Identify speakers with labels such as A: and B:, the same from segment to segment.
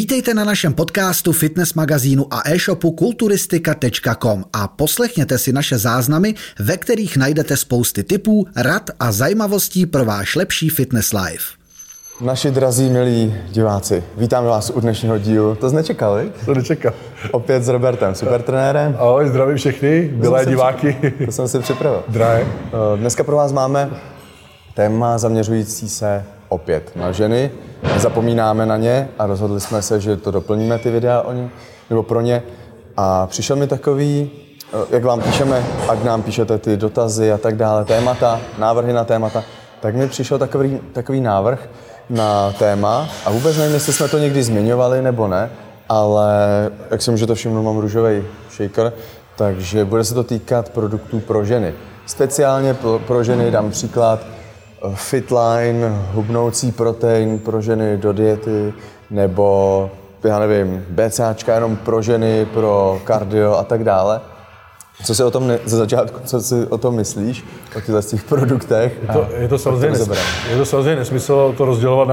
A: Vítejte na našem podcastu, fitness magazínu a e-shopu kulturistika.com a poslechněte si naše záznamy, ve kterých najdete spousty tipů, rad a zajímavostí pro váš lepší fitness life.
B: Naši drazí milí diváci, vítáme vás u dnešního dílu. To jsi nečekal, viď?
C: To nečekal.
B: Opět s Robertem, supertrenérem.
C: Ahoj, zdravím všechny, milé diváky.
B: To jsem si připravil.
C: Drahé.
B: Dneska pro vás máme téma zaměřující se opět na ženy. Nezapomínáme na ně a rozhodli jsme se, že to doplníme ty videa o ně, nebo pro ně. A přišel mi takový, jak vám píšeme, ať nám píšete ty dotazy a tak dále, témata, návrhy na témata, tak mi přišel takový návrh na téma a vůbec nevím, jestli jsme to někdy zmiňovali nebo ne, ale jak si můžete všimnout, mám růžový shaker, takže bude se to týkat produktů pro ženy. Speciálně pro ženy dám příklad Fitline, hubnoucí protein pro ženy do diety, nebo já nevím, BCAčka jenom pro ženy, pro kardio a tak dále. Co si o tom ze začátku, co si o tom myslíš, o těchto těch produktech?
C: Je to samozřejmě nesmysl to rozdělovat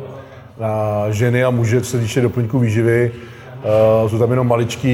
C: na ženy a muže, co se týče doplňků výživy. Jsou tam jenom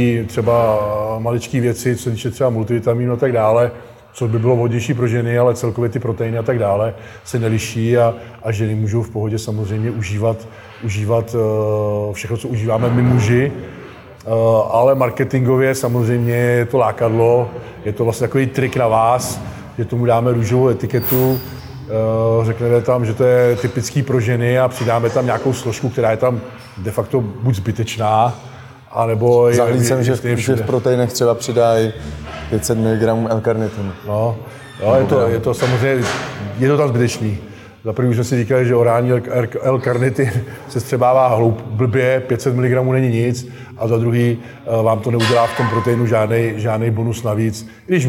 C: maličký věci, co se týče třeba multivitaminů a tak dále, co by bylo vhodnější pro ženy, ale celkově ty proteiny a tak dále se neliší a ženy můžou v pohodě samozřejmě užívat všechno, co užíváme my muži. Ale marketingově samozřejmě je to lákadlo, je to vlastně takový trik na vás, že tomu dáme růžovou etiketu, řekneme tam, že to je typický pro ženy a přidáme tam nějakou složku, která je tam de facto buď zbytečná, anebo
B: zahlíd jsem, že v proteinech třeba přidají 500 mg L-karnitinu.
C: No, je to samozřejmě, je to tam zbytečný. Za první už jsme si říkali, že orální L-karnitin se střebává blbě, 500 mg není nic, a za druhý vám to neudělá v tom proteinu žádný bonus navíc. Když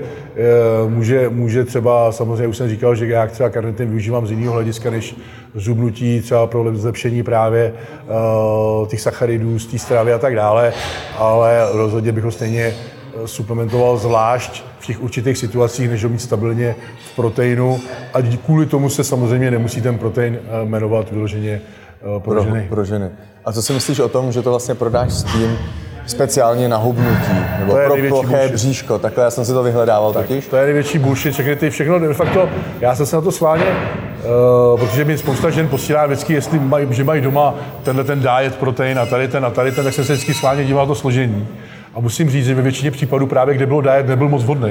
C: může třeba, samozřejmě už jsem říkal, že já třeba karnitin využívám z jiného hlediska než zubnutí, třeba pro zlepšení právě těch sacharidů z té stravy a tak dále, ale rozhodně bych ho stejně suplementoval zvlášť v těch určitých situacích, než ho mít stabilně v proteinu. A kvůli tomu se samozřejmě nemusí ten protein jmenovat vyloženě pro ženy.
B: A co si myslíš o tom, že to vlastně prodáš s tím speciálně na hubnutí, nebo pro ploché bříško? Takhle já jsem si to vyhledával totiž.
C: To je největší bullshit, všechno de facto, já jsem se na to schválně, protože mi spousta žen posílá vždycky, že mají doma tenhle ten diet protein a tady ten, tak jsem se vždycky schválně díval na to složení. A musím říct, že ve většině případů právě, kde bylo diet, nebyl moc vhodný.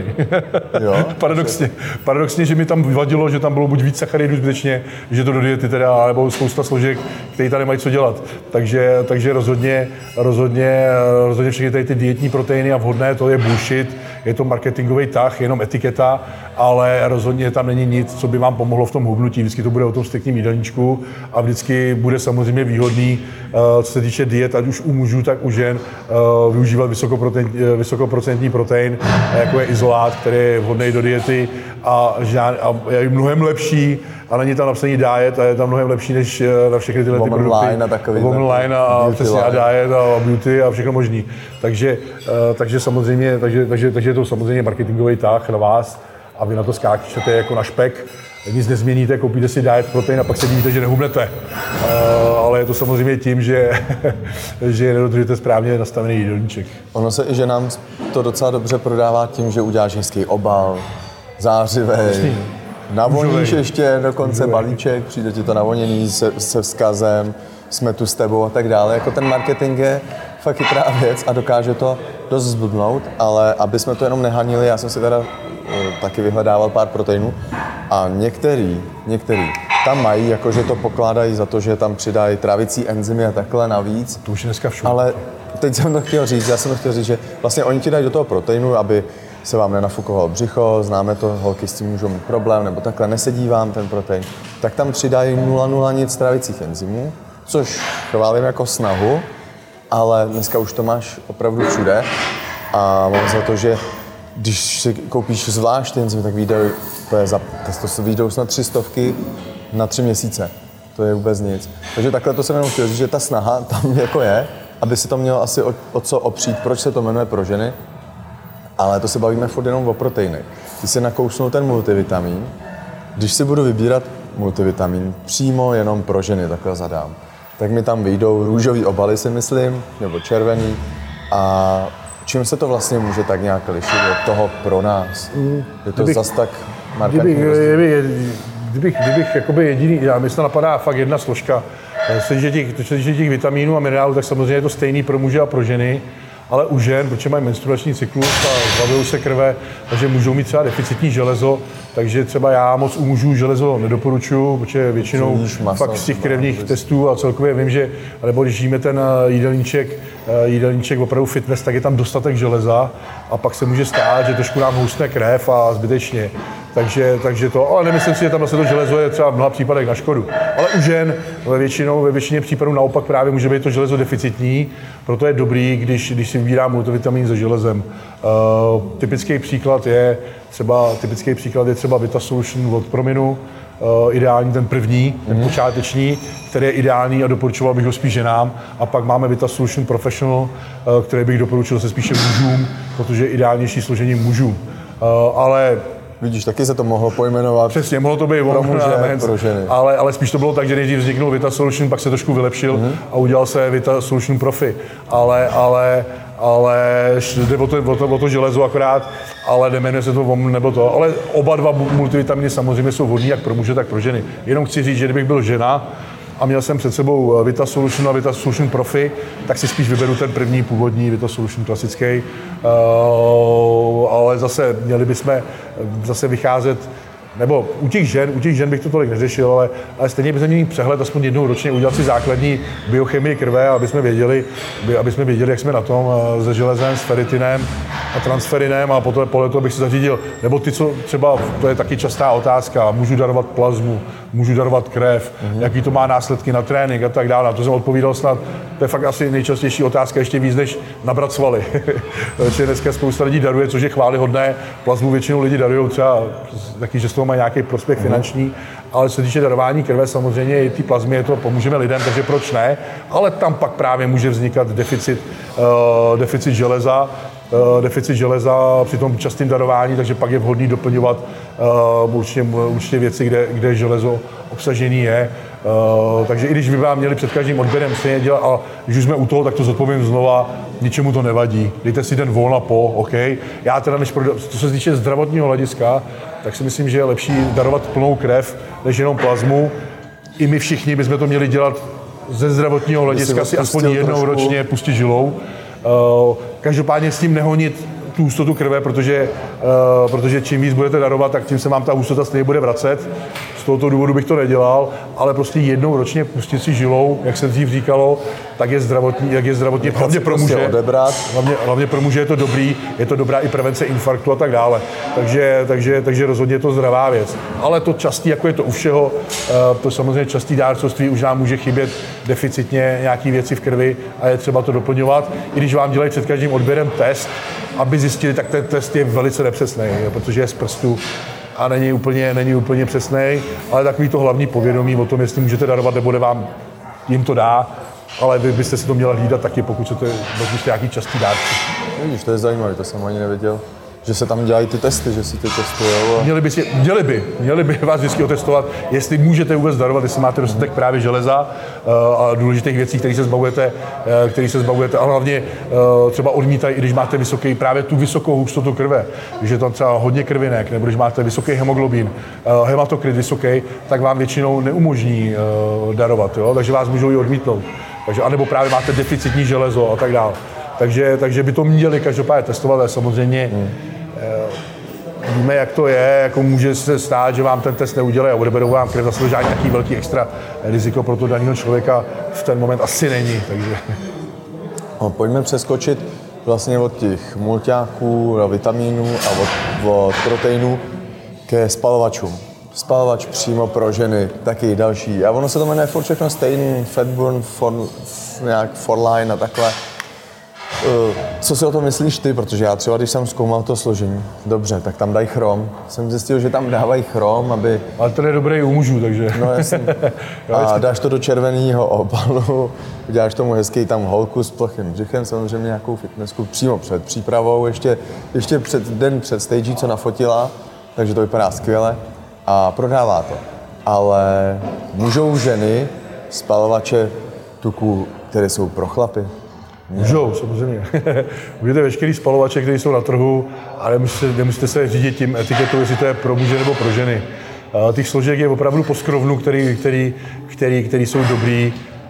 C: Paradoxně, že mi tam vyvadilo, že tam bylo buď víc sacharidů zbytečně, že to do diety teda, nebo spousta složek, které tady nemají co dělat. Takže rozhodně všechny tady ty dietní proteiny a vhodné, to je bullshit, je to marketingový tah, jenom etiketa, ale rozhodně tam není nic, co by vám pomohlo v tom hubnutí. Vždycky to bude o tom striktním jídelníčku a vždycky bude samozřejmě výhodný, co se týče diet, ať už u mužů, tak u žen, využívat vysokoprocentní protein, jako je izolát, který je vhodný do diety a je mnohem lepší, a není tam napsaný diet a je tam mnohem lepší než na všechny tyhle ty produkty. Woman line a přesně a diet a beauty a všechno možný. Takže samozřejmě, takže je to samozřejmě marketingový tah na vás a vy na to skáčete jako na špek. Nic nezměníte, koupíte si diet protein a pak se divíte, že nehubnete. Ale je to samozřejmě tím, že nedodržíte správně nastavený jídelníček.
B: Ono se i že nám to docela dobře prodává tím, že uděláš hezký obal, zářivej, navoníš ještě dokonce balíček, přijde ti to navoněný se vzkazem, jsme tu s tebou a tak dále. Jako ten marketing je fakt chytrá věc a dokáže to dost zblbnout, ale aby jsme to jenom nehanili, já jsem si teda taky vyhledával pár proteinů a některý tam mají, jakože to pokládají za to, že tam přidají trávicí enzymy a takhle navíc.
C: To už je dneska všude.
B: Ale teď jsem to chtěl říct, že vlastně oni ti dají do toho proteinu, aby se vám nenafukovalo břicho, známe to, holky s tím můžou mít problém, nebo takhle nesedí vám ten protein, tak tam přidají 0,0 nic trávicích enzymů, což chválím jako snahu, ale dneska už to máš opravdu všude a mám za to, že když si koupíš zvlášť ty enzymy, tak to se vyjdou snad 300 na 3 měsíce. To je vůbec nic. Takže takhle to jsem jenom chtěl říct, že ta snaha tam jako je, aby si to mělo asi o co opřít, proč se to jmenuje pro ženy, ale to se bavíme furt jenom o proteinech. Když si nakousnu ten multivitamin, když si budu vybírat multivitamin přímo jenom pro ženy, takhle zadám, tak mi tam vyjdou růžový obaly, si myslím, nebo červený. A čím se to vlastně může tak nějak lišit od toho pro nás? Je to zas tak markantní?
C: Kdybych jakoby jediný, mě se napadá fakt jedna složka. Co se týče těch vitamínů a minerálů, tak samozřejmě je to stejný pro muže a pro ženy, ale u žen, protože mají menstruační cyklus a zbavují se krve, takže můžou mít třeba deficitní železo, takže třeba já moc u mužů železo nedoporučuju, protože většinou fakt z těch krevních testů a celkově vím, že, nebo když jíme ten jídelníček opravdu fitness, tak je tam dostatek železa a pak se může stát, že trošku nám houstne krev a zbytečně. Takže to, ale nemyslím si, že tam zase to železo je třeba v mnoha případech na škodu. Ale u žen ve většině případů naopak právě může být to železo deficitní, proto je dobrý, když si vybírám multivitamin se železem. Typický příklad je třeba Vita Solution od Prominu, ideální ten první, ten počáteční, který je ideální a doporučoval bych ho spíš ženám. A pak máme Vita Solution Professional, který bych doporučil se spíše mužům, protože je ideálnější složení mužů. Ale
B: vidíš, taky se to mohlo pojmenovat.
C: Přesně, mohlo to být
B: pro muže, pro ženy.
C: Ale spíš to bylo tak, že nejdřív vzniknul Vita Solution, pak se trošku vylepšil a udělal se Vita Solution Profi. Ale jde o to železo akorát, ale nemenuje se to nebo to. Ale oba dva multivitaminy samozřejmě jsou vhodný jak pro muže, tak pro ženy. Jenom chci říct, že kdybych byl žena a měl jsem před sebou Vita Solution a Vita Solution Profi, tak si spíš vyberu ten první původní Vita Solution klasický. Ale zase měli bychom zase vycházet, nebo u těch žen bych to tolik neřešil, ale stejně bychom měli přehled aspoň jednou ročně, udělat si základní biochemii krve, aby jsme věděli, jak jsme na tom se železem, s feritinem a transferinem a podle toho bych si zařídil. Nebo ty, co třeba, to je taky častá otázka, můžu darovat plazmu, můžu darovat krev, jaký to má následky na trénink a tak dále. Na to jsem odpovídal snad, to je fakt asi nejčastější otázka, ještě víc než nabrat svaly. Protože dneska spousta lidí daruje, což je chvályhodné. Plazmu většinou lidi darují třeba taky, že z toho mají nějaký prospěch finanční, ale co se týče darování krve, samozřejmě i ty plazmy, to pomůžeme lidem, takže proč ne? Ale tam pak právě může vznikat deficit železa při tom častém darování, takže pak je vhodný doplňovat určitě věci, kde železo obsažený je. Takže i když by vám měli před každým odběrem stejně dělat, a když už jsme u toho, tak to zodpovím znova, ničemu to nevadí. Dejte si den volna OK. Já teda, co se týče zdravotního hlediska, tak si myslím, že je lepší darovat plnou krev, než jenom plazmu. I my všichni bychom to měli dělat ze zdravotního hlediska, si aspoň jednou ročně pustit žilou. Každopádně s tím nehonit tu hustotu krve, protože čím víc budete darovat, tak tím se vám ta hustota stejně bude vracet. Z tohoto důvodu bych to nedělal, ale jednou ročně pustit si žilou, jak se dřív říkalo, tak je zdravotně hlavně pro muže. Hlavně pro muže je to dobrý, je to dobrá i prevence infarktu a tak dále. Takže rozhodně je to zdravá věc. Ale to častý, jako je to u všeho, to samozřejmě častý dárcovství už nám může chybět deficitně nějaký věci v krvi a je třeba to doplňovat. I když vám dělají před každým odběrem test, aby zjistili, tak ten test je velice nepřesný, protože je z prstu a není úplně přesný, ale takový to hlavní povědomí o tom, jestli můžete darovat, nebo vám jim to dá, ale vy byste si to měli hlídat taky, pokud jste nějaký častý dárci.
B: Vidíš, to je zajímavé, to jsem ani nevěděl. Že se tam dělají ty testy, že si ty testujou.
C: Měli by vás vždycky otestovat, jestli můžete vůbec darovat, jestli máte dostatek právě železa a důležitých věcí, které se zbavujete, ale hlavně třeba odmítají, i když máte právě tu vysokou hustotu krve, když je tam třeba hodně krvinek, nebo když máte vysoký hemoglobin, hematokrit vysoký, tak vám většinou neumožní darovat, jo? Takže vás můžou i odmítnout. Takže, anebo právě máte deficitní železo a tak dále. Takže by to měli každopádně testovat, ale samozřejmě víme, jak to je, jako může se stát, že vám ten test neudělají a odeberou vám krev, zase žádný takový velký extra riziko pro to daného člověka v ten moment asi není. Takže.
B: No, pojďme přeskočit vlastně od těch mulťáků, vitamínů a od proteinů ke spalovačům. Spalovač přímo pro ženy, taky další. A ono se to jmenuje furt všechno stejný, Fatburn, nějak Forline a takhle. Co si o tom myslíš ty? Protože já třeba, když jsem zkoumal to složení, dobře, tak tam dají chrom. Jsem zjistil, že tam dávají chrom, aby...
C: Ale to je dobrý u mužů, takže...
B: No jasně. A dáš to do červeného obalu, uděláš tomu hezký tam holku s plochým břichem, samozřejmě nějakou fitnessku přímo před přípravou, ještě den před stage, co nafotila, takže to vypadá skvěle a prodává to. Ale můžou ženy spalovače tuků, které jsou pro chlapy?
C: Můžou, samozřejmě. Můžete veškerý spalovače, které jsou na trhu, ale nemusíte se řídit tím etiketou, jestli to je pro muže nebo pro ženy. Těch složek je opravdu po skrovnu, který jsou dobrý,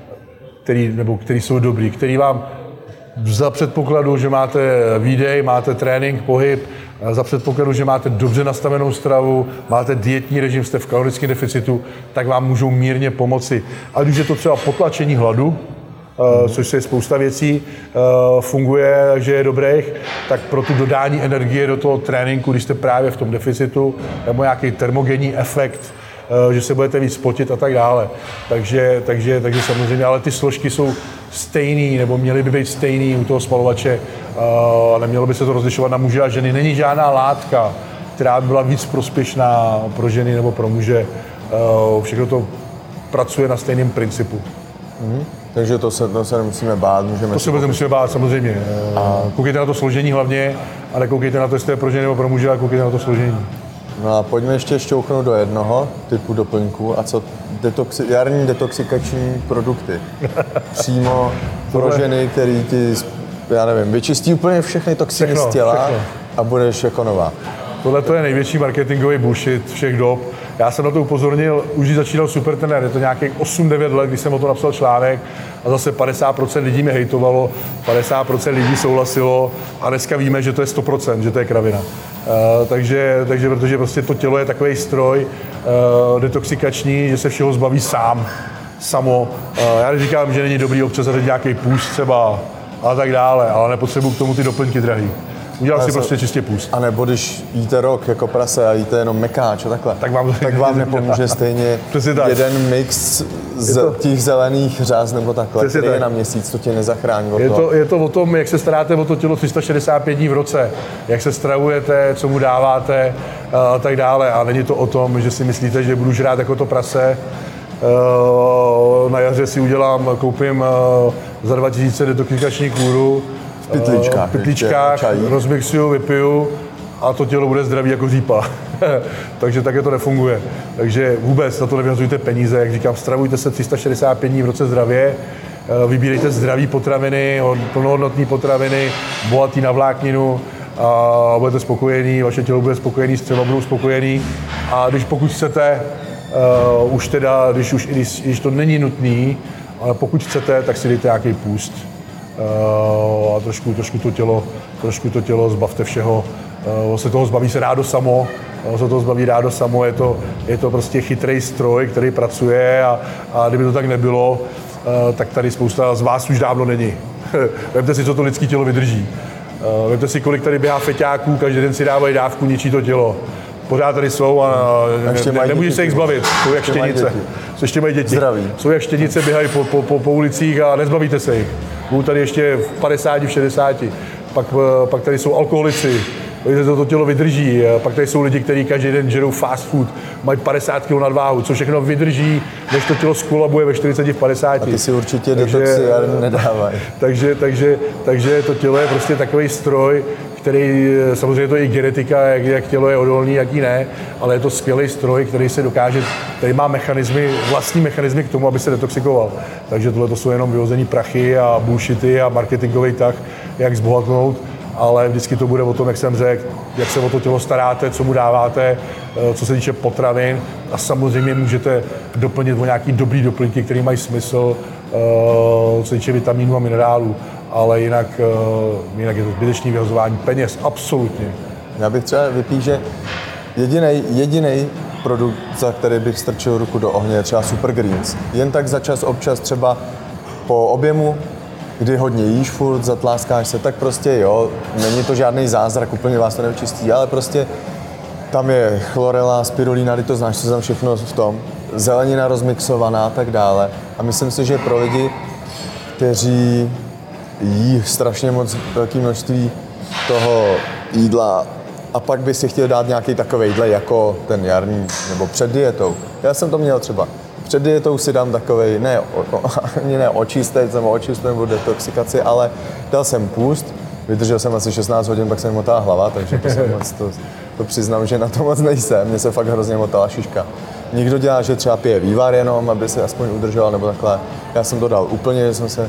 C: který vám za předpokladu, že máte výdej, máte trénink, pohyb, za předpokladu, že máte dobře nastavenou stravu, máte dietní režim, jste v kalorickém deficitu, tak vám můžou mírně pomoci. A když je to třeba potlačení hladu, což je spousta věcí, funguje, že je dobrých, tak pro tu dodání energie do toho tréninku, když jste právě v tom deficitu, nebo nějaký termogenní efekt, že se budete víc potit a tak dále. Takže samozřejmě, ale ty složky jsou stejný, nebo měly by být stejný u toho spalovače, a nemělo by se to rozlišovat na muže a ženy. Není žádná látka, která by byla víc prospěšná pro ženy nebo pro muže. Všechno to pracuje na stejném principu.
B: Takže to se nemusíme bát,
C: To se nemusíme bát, samozřejmě. Koukejte na to složení hlavně, a nekoukejte na to, jestli je pro ženy nebo pro muže, ale koukejte na to složení.
B: No a pojďme ještě šťouchnout do jednoho typu doplňků, a co jarní detoxikační produkty. Přímo pro ženy, který ti, já nevím, vyčistí úplně všechny toxiny z těla a budeš jako nová.
C: Tohle to je největší marketingový bullshit všech dob. Já jsem na to upozornil, už když začínal Supertrenér, je to nějakých 8-9 let, když jsem o to napsal článek a zase 50% lidí mě hejtovalo, 50% lidí souhlasilo a dneska víme, že to je 100%, že to je kravina. Takže protože prostě to tělo je takový stroj detoxikační, že se všeho zbaví samo. Já neříkám, že není dobrý občas zařadit nějaký půst třeba a tak dále, ale nepotřebuji k tomu ty doplňky drahý. Udělal si prostě čistě půst.
B: A nebo když jíte rok jako prase a jíte jenom mekáč a takhle, tak vám nepomůže stejně jeden mix z těch zelených řas nebo takhle, který je na měsíc, to tě nezachrání od toho.
C: Je to o tom, jak se staráte o to tělo 365 dní v roce, jak se stravujete, co mu dáváte a tak dále. A není to o tom, že si myslíte, že budu žrát jako to prase. Na jaře si koupím za 2000 detoxikační kůru, v pytlíčkách, rozmixuju, vypiju a to tělo bude zdravý jako řípa. Takže také to nefunguje. Takže vůbec na to nevyhazujte peníze, jak říkám, stravujte se 365 dní v roce zdravě, vybírejte zdraví potraviny, plnohodnotné potraviny, bohatý na vlákninu a budete spokojení, vaše tělo bude spokojený, střeva budou spokojený a pokud chcete, když to není nutný, ale pokud chcete, tak si dejte nějaký půst. A trošku to tělo zbavte všeho. Se toho zbaví se rádo samo. Je to prostě chytrý stroj, který pracuje a kdyby to tak nebylo, tak tady spousta z vás už dávno není. Vemte si, co to lidské tělo vydrží. Vemte si, kolik tady běhá feťáků, každý den si dávají dávku, ničí to tělo. Pořád tady jsou a nemůžeš se jich zbavit. Jsou jak štěnice. Ještě mají děti.
B: Zdraví.
C: Jsou jak štěnice, běhají po ulicích a nezbavíte se jich. Budou tady ještě v 50, v 60. Pak tady jsou alkoholici, to tělo vydrží. Pak tady jsou lidi, kteří každý den žerou fast food, mají 50 kg nadváhu, co všechno vydrží, než to tělo skolabuje ve 40, v 50.
B: A ty si určitě detoxy nedávají.
C: Takže to tělo je prostě takový stroj, který, samozřejmě to je i genetika, jak tělo je odolný, jaký ne, ale je to skvělý stroj, který má vlastní mechanismy k tomu, aby se detoxikoval. Takže tohle to jsou jenom vyhození prachy a bullshity a marketingový tah, jak zbohatnout, ale vždycky to bude o tom, jak jsem řekl, jak se o to tělo staráte, co mu dáváte, co se týče potravin a samozřejmě můžete doplnit o nějaký dobrý doplňky, které mají smysl, co se týče vitamínů a minerálů. Ale jinak je to zbytečné vyhazování peněz, absolutně.
B: Já bych třeba vypíš, že jediný produkt, za který bych strčil ruku do ohně, je třeba Super Greens. Jen tak za čas občas třeba po objemu, kdy hodně jíš furt, zatláskáš se, tak prostě jo, není to žádný zázrak, úplně vás to nevyčistí, ale prostě tam je chlorela, spirulina, to znáš, co tam všechno v tom, zelenina rozmixovaná a tak dále. A myslím si, že pro lidi, kteří jí strašně moc velké množství toho jídla a pak by si chtěl dát nějaký takový jídle jako ten jarní, nebo před dietou. Já jsem to měl třeba. Před dietou si dám takovej, ne očistec nebo detoxikaci, ale dal jsem půst, vydržel jsem asi 16 hodin, pak se mi motala hlava, takže to přiznám, že na to moc nejsem. Mně se fakt hrozně motala šiška. Někdo dělá, že třeba pije vývar jenom, aby se aspoň udržel, nebo takhle. Já jsem to dal úplně, že jsem se...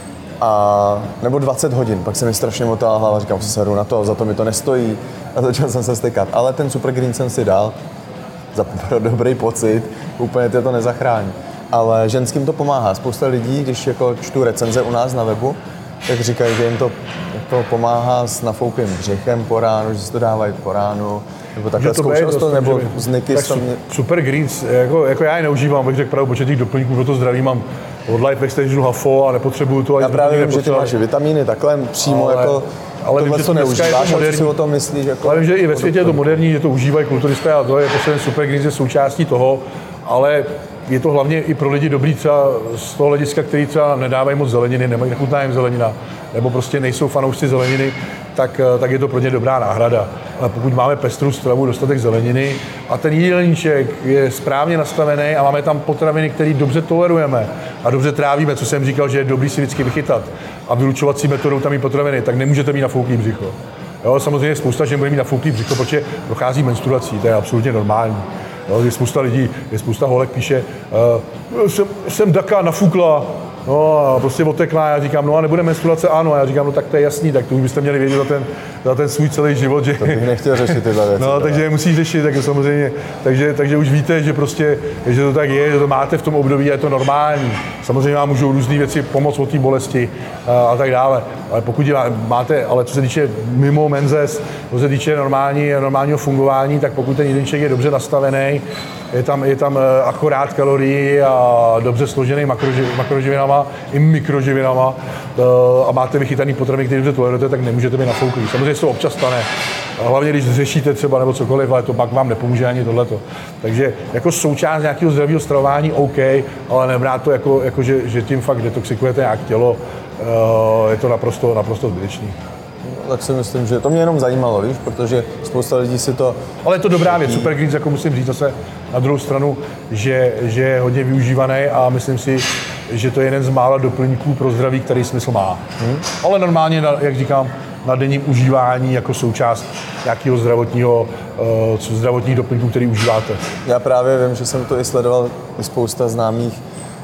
B: nebo 20 hodin, pak se mi strašně motala hlava, říkám si seru na to, za to mi to nestojí a začal jsem se stykat. Ale ten Super Green jsem si dal pro dobrý pocit, úplně tě to nezachrání. Ale ženským to pomáhá. Spousta lidí, když jako čtu recenze u nás na webu, tak říkají, že jim to pomáhá s nafoukým břichem po ránu, že si to dávají po ránu, nebo takhle zkoušel to, nebo z Niky
C: tak Super Greens, jako já je neužívám, bych řekl pravdu, počet těch doplňků pro to zdraví mám od Life Extensionu Hafo a nepotřebuju to.
B: Já právě vím, že ty máš vitamíny takhle přímo, ale tohle to neužíváš, a co si o tom myslíš? Jako,
C: ale vím, že i ve světě je to moderní, že to užívají kulturisté a to je prostě Super Greens je součástí toho, ale je to hlavně i pro lidi dobrý třeba z toho hlediska, který třeba nedávají moc zeleniny, nemají nechutná jim zelenina, nebo prostě nejsou fanoušci zeleniny, tak je to pro ně dobrá náhrada. Ale pokud máme pestrou stravu, dostatek zeleniny a ten jídelníček je správně nastavený a máme tam potraviny, které dobře tolerujeme a dobře trávíme, co jsem říkal, že je dobrý si vždycky vychytat a vylučovací metodou tam mít potraviny, tak nemůžete mít nafouklý břicho. Jo, samozřejmě spousta žen bude mít nafouklý břicho, protože prochází menstruací, to je absolutně normální. Jo, je spousta lidí, spousta holek píše, jsem daka nafukla, no a prostě otekla, já říkám, no a nebude menstruace, ano, a já říkám, no tak to je jasný, tak to už byste měli vědět za ten svůj celý život, že...
B: To bych nechtěl řešit tyhle věci.
C: No, takže je musíš řešit, tak samozřejmě, takže už víte, že prostě, že to tak je, že to máte v tom období a je to normální. Samozřejmě vám můžou různé věci pomoct od té bolesti a tak dále, ale pokud máte, ale co se týče mimo menzes, co se týče normálního fungování, tak pokud ten jídelníček je dobře nastavený, je tam akorát kalorií a dobře složený makroživinama i mikroživinama a máte vychytaný potraviny, které dobře tolerujete, tak nemůžete být nafouklý. Samozřejmě se to občas stane. A hlavně, když řešíte třeba nebo cokoliv, ale to pak vám nepomůže ani tohleto. Takže jako součást nějakého zdravého stravování OK, ale nebrát to jako že tím fakt detoxikujete nějak tělo, je to naprosto zbytečný.
B: Tak si myslím, že to mě jenom zajímalo, víš, protože spousta lidí si to...
C: Ale je to dobrá věc, Super Greens, jako musím říct zase na druhou stranu, že je hodně využívaný a myslím si, že to je jeden z mála doplňků pro zdraví, který smysl má. Ale normálně, jak říkám, na denním užívání jako součást nějakého zdravotních doplňků, který užíváte.
B: Já právě vím, že jsem to i sledoval spousta známých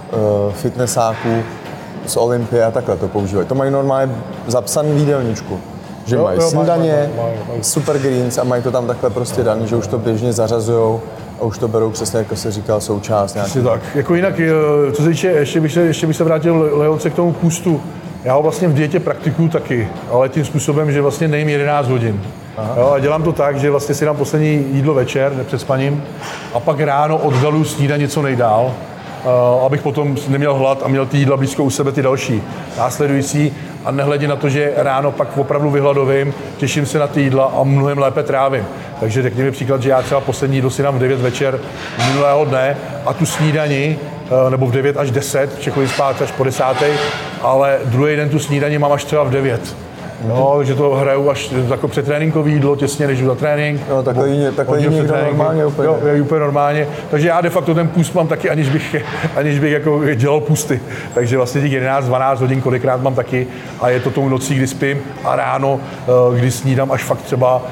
B: fitnessáků z Olympie a takhle to používají. To mají normálně zapsaný v jídelníčku. Že mají snídaně, Super Greens a mají to tam takhle prostě daný, že už to běžně zařazujou a už to berou přesně, jako se říkal, součást nějaký.
C: Tak, jako jinak, co se týče, ještě bych se vrátil lehonce k tomu půstu. Já ho vlastně v dietě praktikuju taky, ale tím způsobem, že vlastně nejím 11 hodin. Jo, a dělám to tak, že vlastně si dám poslední jídlo večer, před spaním, a pak ráno oddaluju snídaně co nejdál, abych potom neměl hlad a měl ty jídla blízko u sebe ty další následující a nehledě na to, že ráno pak opravdu vyhladovím, těším se na ty jídla a mnohem lépe trávím. Takže řekni mi příklad, že já třeba poslední jídlo si dám v 9 večer minulého dne a tu snídani, nebo v 9 až 10, chodím spát až po 10, ale druhý den tu snídani mám až třeba v 9. No, že to hraju až jako předtréninkový jídlo, těsně než jdu za trénink.
B: No, takový někdo normálně úplně.
C: Jo, je úplně normálně. Takže já de facto ten půst mám taky, aniž bych jako dělal pusty. Takže vlastně těch 11-12 hodin kolikrát mám taky a je to tou nocí, kdy spím a ráno, kdy snídám až fakt třeba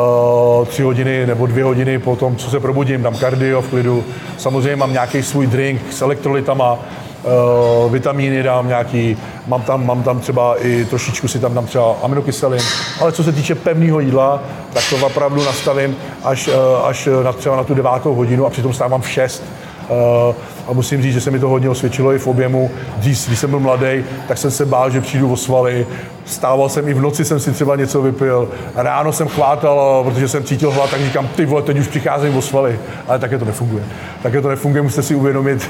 C: 3 hodiny nebo 2 hodiny po tom, co se probudím, dám kardio v klidu. Samozřejmě mám nějaký svůj drink s elektrolytama, vitamíny dám nějaký, mám tam třeba i trošičku si tam dám třeba aminokyselin, ale co se týče pevného jídla, tak to opravdu nastavím až třeba na tu 9. hodinu a přitom stávám v 6. A musím říct, že se mi to hodně osvědčilo i v objemu. Když jsem byl mladý, tak jsem se bál, že přijdu o svaly. Stával jsem i v noci, jsem si třeba něco vypil. Ráno jsem chvátal, protože jsem cítil hlad, tak říkám, ty vole, teď už přicházím o svaly. Ale také to nefunguje. Také to nefunguje, musíte si uvědomit,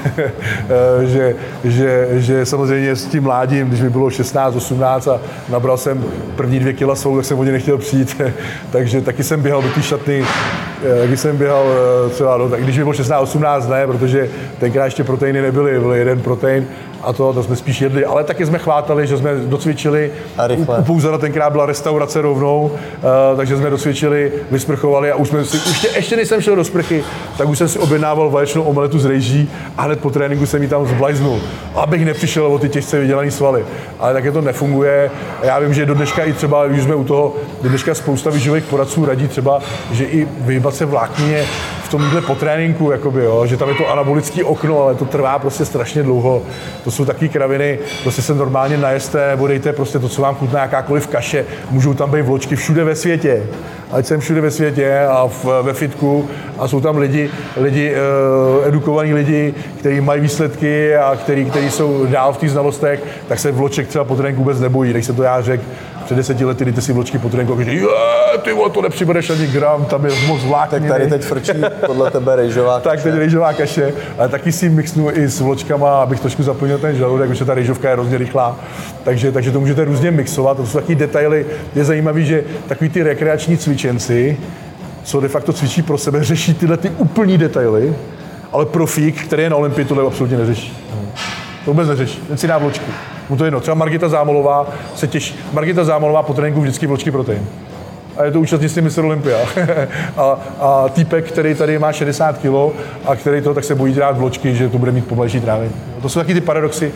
C: že samozřejmě s tím mládím, když mi bylo 16, 18 a nabral jsem první 2 kila svalů, tak jsem o ně nechtěl přijít. Takže taky jsem běhal do té šatny, když jsem běhal třeba, tak když mi bylo 16, 18 ne, protože tenkrát ještě proteiny nebyly, byl jeden protein a to jsme spíš jedli, ale taky jsme chvátali, že jsme docvičili. U Pouzara tenkrát byla restaurace rovnou, takže jsme docvičili, vysprchovali a už ještě než jsem šel do sprchy, tak už jsem si objednával vaječnou omeletu z rejží a hned po tréninku jsem ji tam zblajznul, abych nepřišel o ty těžce vydělané svaly. Ale také to nefunguje. Já vím, že do dneška i třeba, když jsme u toho, do dneška spousta výživových poradců radí třeba, že i vyhýbat se vláknině v tom jídle po tréninku, jakoby, jo, že tam je to anabolický okno, ale to trvá prostě strašně dlouho. To jsou taky kraviny, prostě se normálně najeste, nebo dejte prostě to, co vám chutná, jakákoliv kaše, můžou tam být vločky všude ve světě. Ať jsem všude ve světě a ve fitku a jsou tam lidi edukovaní lidi, kteří mají výsledky a kteří jsou dál v těch znalostech, tak se vloček třeba po tréninku vůbec nebojí. Když se to já řekl, před 10 lety dejte si vločky po tréninku a říkáte, ty to nepřibudeš ani gram, tam je moc vlákniny.
B: Tak tady teď frčí podle tebe rejžová kaše.
C: Tak teď rejžová kaše, ale taky si mixnu i s vločkama, abych trošku zaplnil ten žaludek, protože ta rejžovka je hrozně rychlá. Takže to můžete různě mixovat, to jsou taky detaily. Je zajímavé, že takový ty rekreační cvičenci, co de facto cvičí pro sebe, řeší tyhle ty úplný detaily, ale profík, který je na Olympii, tohle absolutně neřeší. To vůbec neřeší, ten si dá vločky. Mu to jedno. Třeba Margita Zámolová se těší. Margita Zámolová po tréninku vždycky vločky protein. A je to účastnictví Mistr Olympia. a týpek, který tady má 60 kg a který tak se bojí dát vločky, že to bude mít pomalejší trávení. To jsou taky ty paradoxy.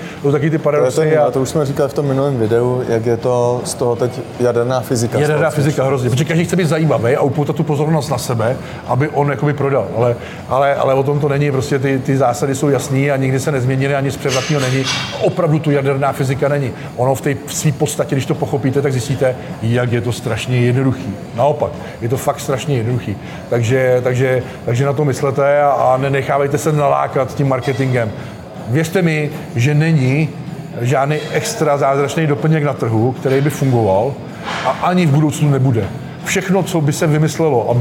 B: To už jsme říkali v tom minulém videu, jak je to z toho teď jaderná fyzika.
C: Jaderná fyzika hrozně, protože každý chce být zajímavý a upoutat tu pozornost na sebe, aby on jakoby prodal. Ale o tom to není, prostě ty zásady jsou jasný a nikdy se nezměnily, ani z převratného není. Opravdu tu jaderná fyzika není. Ono v té své podstatě, když to pochopíte, tak zjistíte, jak je to strašně jednoduchý. Naopak, je to fakt strašně jednoduchý. Takže na to myslete a nenechávejte se nalákat tím marketingem. Věřte mi, že není žádný extra zázračný doplněk na trhu, který by fungoval a ani v budoucnu nebude. Všechno, co by se vymyslelo a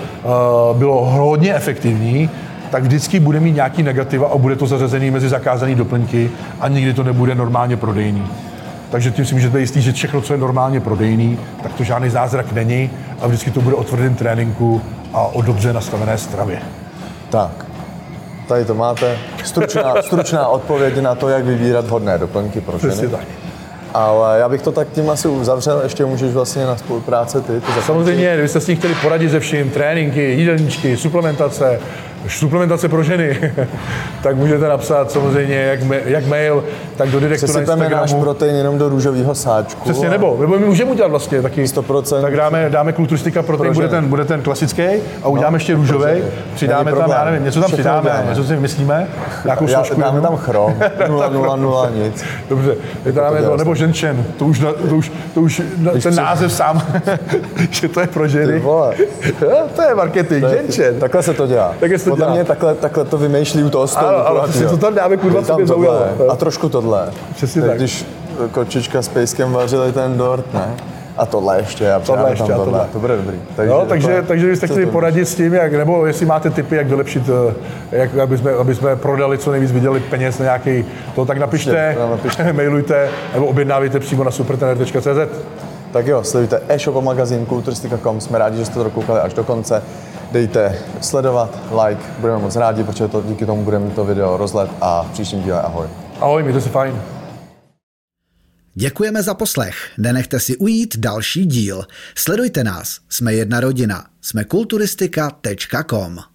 C: bylo hodně efektivní, tak vždycky bude mít nějaký negativa a bude to zařazený mezi zakázané doplňky a nikdy to nebude normálně prodejný. Takže tím si můžete být jistý, že všechno, co je normálně prodejný, tak to žádný zázrak není a vždycky to bude o tvrdém tréninku a o dobře nastavené stravě.
B: Tak, tady to máte. Stručná odpověď na to, jak vybírat vhodné doplňky pro ženy.
C: Přesně tak.
B: Ale já bych to tak tím asi uzavřel, ještě můžeš vlastně na spolupráce ty
C: samozřejmě, kdybyste s ní chtěli poradit ze vším, tréninky, jídelníčky, suplementace pro ženy, tak můžete napsat samozřejmě jak mail, tak do direktu na Instagramu.
B: náš protein jenom do růžového sáčku.
C: Přesně, nebo my můžeme udělat vlastně taky
B: 100%.
C: Tak dáme kulturistika protein, bude ten klasický a uděláme ještě růžový, přidáme tam, já nevím, něco tam přidáme, něco si vymyslíme, nějakou složku.
B: Dáme tam chrom, 0,00 nic.
C: Dobře, dáme to, nebo ženčen, to už ten název sám, že to je pro ženy. To je marketing, ženčen.
B: Takhle se to dělá. Podle mě takhle to vymýšlí u toho stolu.
C: Ale to tam dáme, kurva, co mě zaujalo.
B: A trošku tohle.
C: Přesně tak.
B: Když kočička s pejskem vařili ten dort, ne? A tohle ještě, a tohle. To bude dobrý.
C: Takže byste chtěli poradit s tím, nebo jestli máte tipy, jak vylepšit, aby jsme prodali co nejvíc, vydělali peněz na nějaký to, tak napište, mailujte, nebo objednávejte přímo na supertrener.cz.
B: Tak jo, sledujte e-shop a magazín kulturistika.com, jsme rádi, že jste to dokoukali až do konce. Dejte sledovat, like, budeme moc rádi, protože díky tomu budeme to video rozlet a v příštím díle ahoj.
C: Ahoj, mějte se fajn.
A: Děkujeme za poslech. Nenechte si ujít další díl. Sledujte nás. Jsme jedna rodina. Jsme kulturistika.com.